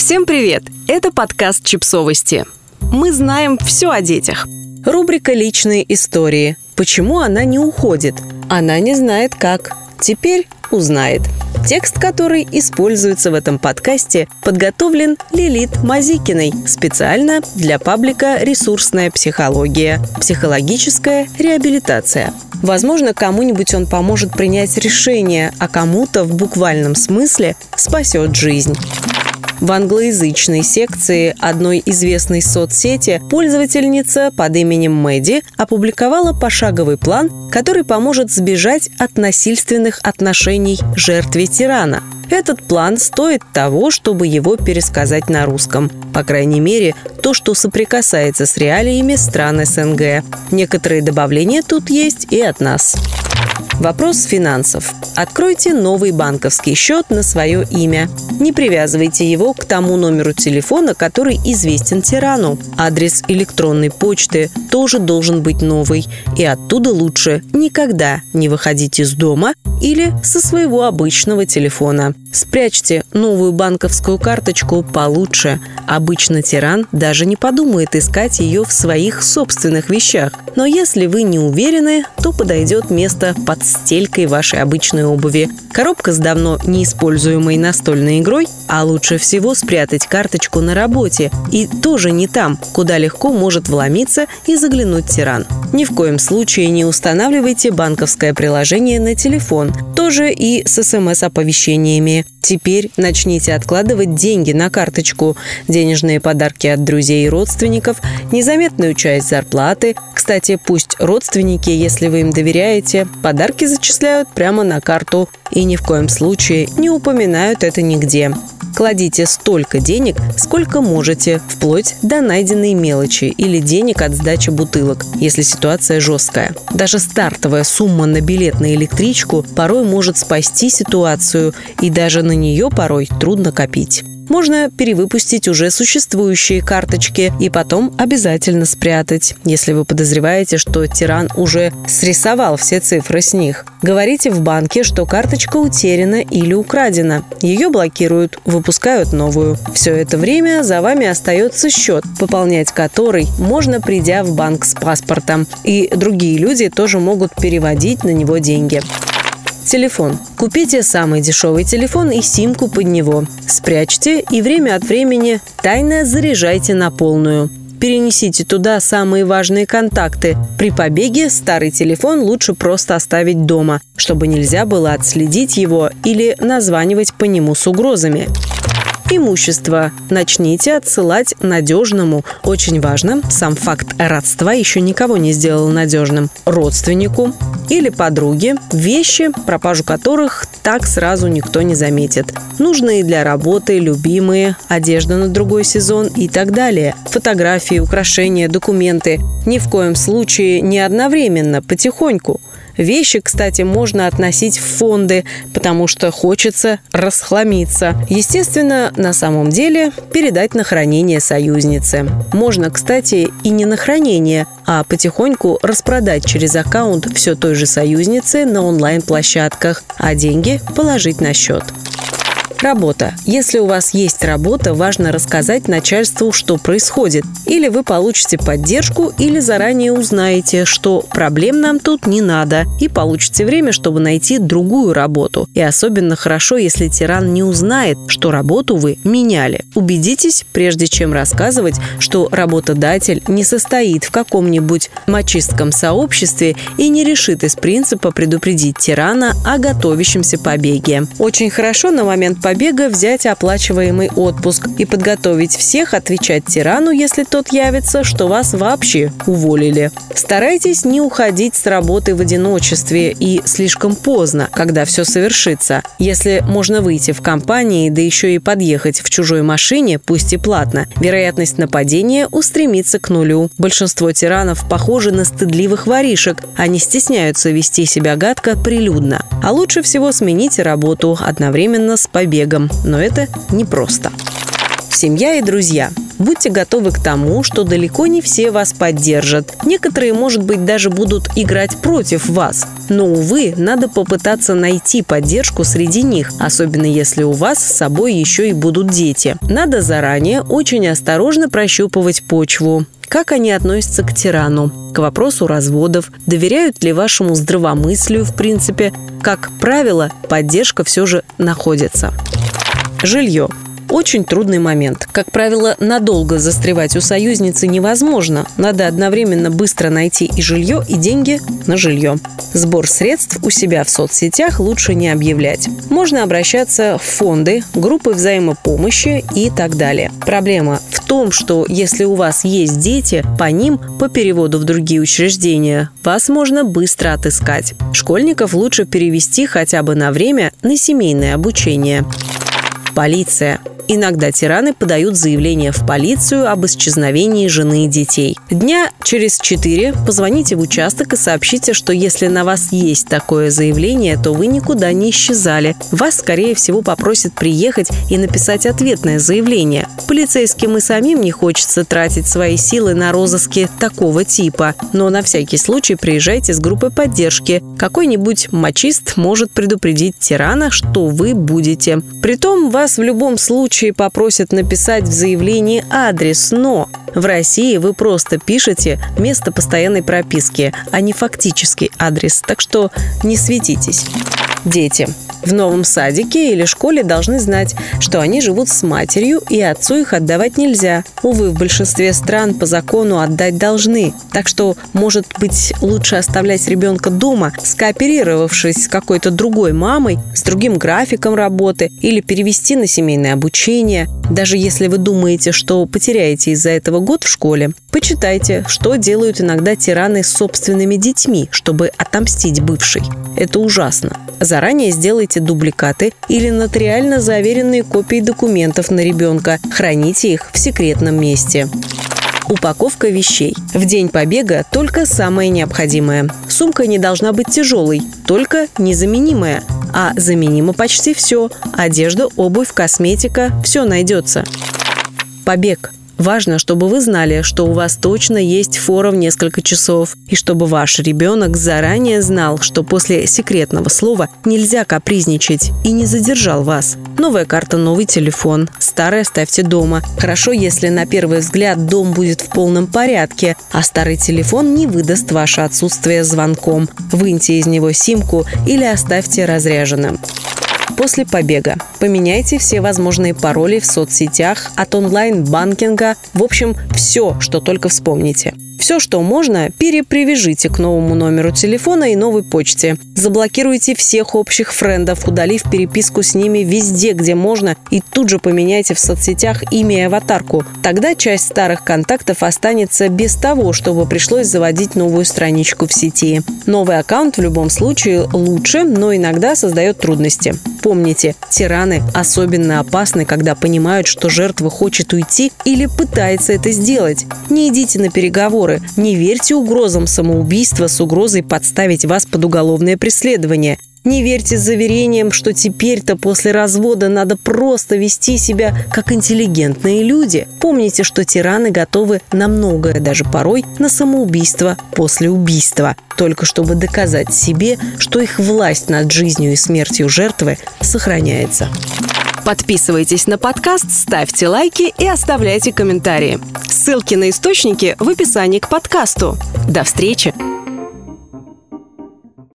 Всем привет! Это подкаст «Чипсовости». Мы знаем все о детях. Рубрика «Личные истории». Почему она не уходит? Она не знает как. Теперь узнает. Текст, который используется в этом подкасте, подготовлен Лилит Мазикиной специально для паблика «Ресурсная психология. Психологическая реабилитация». Возможно, кому-нибудь он поможет принять решение, а кому-то в буквальном смысле спасет жизнь. В англоязычной секции одной известной соцсети пользовательница под именем Мэдди опубликовала пошаговый план, который поможет сбежать от насильственных отношений жертве тирана. Этот план стоит того, чтобы его пересказать на русском. По крайней мере, то, что соприкасается с реалиями стран СНГ. Некоторые добавления тут есть и от нас. Вопрос финансов. Откройте новый банковский счет на свое имя. Не привязывайте его к тому номеру телефона, который известен тирану. Адрес электронной почты тоже должен быть новый. И оттуда лучше никогда не выходить из дома или со своего обычного телефона. Спрячьте новую банковскую карточку получше. Обычно тиран даже не подумает искать ее в своих собственных вещах. Но если вы не уверены, то подойдет место под стелькой вашей обычной обуви. Коробка с давно неиспользуемой настольной игрой, а лучше всего спрятать карточку на работе. И тоже не там, куда легко может вломиться и заглянуть тиран. Ни в коем случае не устанавливайте банковское приложение на телефон. Тоже и с СМС-оповещениями. Теперь начните откладывать деньги на карточку, денежные подарки от друзей и родственников, незаметную часть зарплаты. Кстати, пусть родственники, если вы им доверяете, подарки зачисляют прямо на карту и ни в коем случае не упоминают это нигде. Кладите столько денег, сколько можете, вплоть до найденной мелочи или денег от сдачи бутылок, если ситуация жесткая. Даже стартовая сумма на билет на электричку порой может спасти ситуацию, и даже на нее порой трудно копить. Можно перевыпустить уже существующие карточки и потом обязательно спрятать, если вы подозреваете, что тиран уже срисовал все цифры с них. Говорите в банке, что карточка утеряна или украдена. Ее блокируют, выпускают новую. Все это время за вами остается счет, пополнять который можно, придя в банк с паспортом. И другие люди тоже могут переводить на него деньги. Телефон. Купите самый дешевый телефон и симку под него. Спрячьте и время от времени тайно заряжайте на полную. Перенесите туда самые важные контакты. При побеге старый телефон лучше просто оставить дома, чтобы нельзя было отследить его или названивать по нему с угрозами. Имущество. Начните отсылать надежному. Очень важно, сам факт родства еще никого не сделал надежным. Родственнику или подруге вещи, пропажу которых так сразу никто не заметит. Нужные для работы, любимые, одежда на другой сезон и так далее. Фотографии, украшения, документы. Ни в коем случае не одновременно, потихоньку. Вещи, кстати, можно относить в фонды, потому что хочется расхламиться. Естественно, на самом деле передать на хранение союзнице. Можно, кстати, и не на хранение, а потихоньку распродать через аккаунт все той же союзницы на онлайн-площадках, а деньги положить на счет. Работа. Если у вас есть работа, важно рассказать начальству, что происходит. Или вы получите поддержку, или заранее узнаете, что проблем нам тут не надо, и получите время, чтобы найти другую работу. И особенно хорошо, если тиран не узнает, что работу вы меняли. Убедитесь, прежде чем рассказывать, что работодатель не состоит в каком-нибудь мачистском сообществе и не решит из принципа предупредить тирана о готовящемся побеге. Очень хорошо на момент побега взять оплачиваемый отпуск и подготовить всех отвечать тирану, если тот явится, что вас вообще уволили. Старайтесь не уходить с работы в одиночестве и слишком поздно, когда все совершится. Если можно выйти в компании, да еще и подъехать в чужой машине, пусть и платно, вероятность нападения устремится к нулю. Большинство тиранов похожи на стыдливых воришек. Они стесняются вести себя гадко прилюдно. А лучше всего смените работу одновременно с побегом. Но это непросто. Семья и друзья. Будьте готовы к тому, что далеко не все вас поддержат. Некоторые, может быть, даже будут играть против вас. Но, увы, надо попытаться найти поддержку среди них, особенно если у вас с собой еще и будут дети. Надо заранее очень осторожно прощупывать почву. Как они относятся к тирану, к вопросу разводов, доверяют ли вашему здравомыслию в принципе. Как правило, поддержка все же находится. Жилье. Очень трудный момент. Как правило, надолго застревать у союзницы невозможно. Надо одновременно быстро найти и жилье, и деньги на жилье. Сбор средств у себя в соцсетях лучше не объявлять. Можно обращаться в фонды, группы взаимопомощи и так далее. Проблема в том, что если у вас есть дети, по ним, по переводу в другие учреждения, вас можно быстро отыскать. Школьников лучше перевести хотя бы на время на семейное обучение. Полиция. Иногда тираны подают заявление в полицию об исчезновении жены и детей. Дня через 4 позвоните в участок и сообщите, что если на вас есть такое заявление, то вы никуда не исчезали. Вас, скорее всего, попросят приехать и написать ответное заявление. Полицейским и самим не хочется тратить свои силы на розыски такого типа. Но на всякий случай приезжайте с группой поддержки. Какой-нибудь мачист может предупредить тирана, что вы будете. Притом вас в любом случае попросят написать в заявлении адрес, но в России вы просто пишете место постоянной прописки, а не фактический адрес, так что не светитесь. Дети. В новом садике или школе должны знать, что они живут с матерью, и отцу их отдавать нельзя. Увы, в большинстве стран по закону отдать должны. Так что, может быть, лучше оставлять ребенка дома, скооперировавшись с какой-то другой мамой, с другим графиком работы, или перевести на семейное обучение. Даже если вы думаете, что потеряете из-за этого год в школе, почитайте, что делают иногда тираны с собственными детьми, чтобы отомстить бывшей. Это ужасно. Заранее сделайте дубликаты или нотариально заверенные копии документов на ребенка. Храните их в секретном месте. Упаковка вещей. В день побега только самое необходимое. Сумка не должна быть тяжелой, только незаменимая. А заменимо почти все. Одежда, обувь, косметика – все найдется. Побег. Важно, чтобы вы знали, что у вас точно есть фора в несколько часов, и чтобы ваш ребенок заранее знал, что после секретного слова нельзя капризничать, и не задержал вас. Новая карта, новый телефон. Старый оставьте дома. Хорошо, если на первый взгляд дом будет в полном порядке, а старый телефон не выдаст ваше отсутствие звонком. Выньте из него симку или оставьте разряженным. После побега. Поменяйте все возможные пароли в соцсетях, от онлайн-банкинга, в общем, все, что только вспомните. Все, что можно, перепривяжите к новому номеру телефона и новой почте. Заблокируйте всех общих френдов, удалив переписку с ними везде, где можно, и тут же поменяйте в соцсетях имя и аватарку. Тогда часть старых контактов останется без того, чтобы пришлось заводить новую страничку в сети. Новый аккаунт в любом случае лучше, но иногда создает трудности. Помните, тираны особенно опасны, когда понимают, что жертва хочет уйти или пытается это сделать. Не идите на переговоры. Не верьте угрозам самоубийства с угрозой подставить вас под уголовное преследование. Не верьте заверениям, что теперь-то после развода надо просто вести себя как интеллигентные люди. Помните, что тираны готовы на многое, даже порой на самоубийство после убийства, только чтобы доказать себе, что их власть над жизнью и смертью жертвы сохраняется. Подписывайтесь на подкаст, ставьте лайки и оставляйте комментарии. Ссылки на источники в описании к подкасту. До встречи!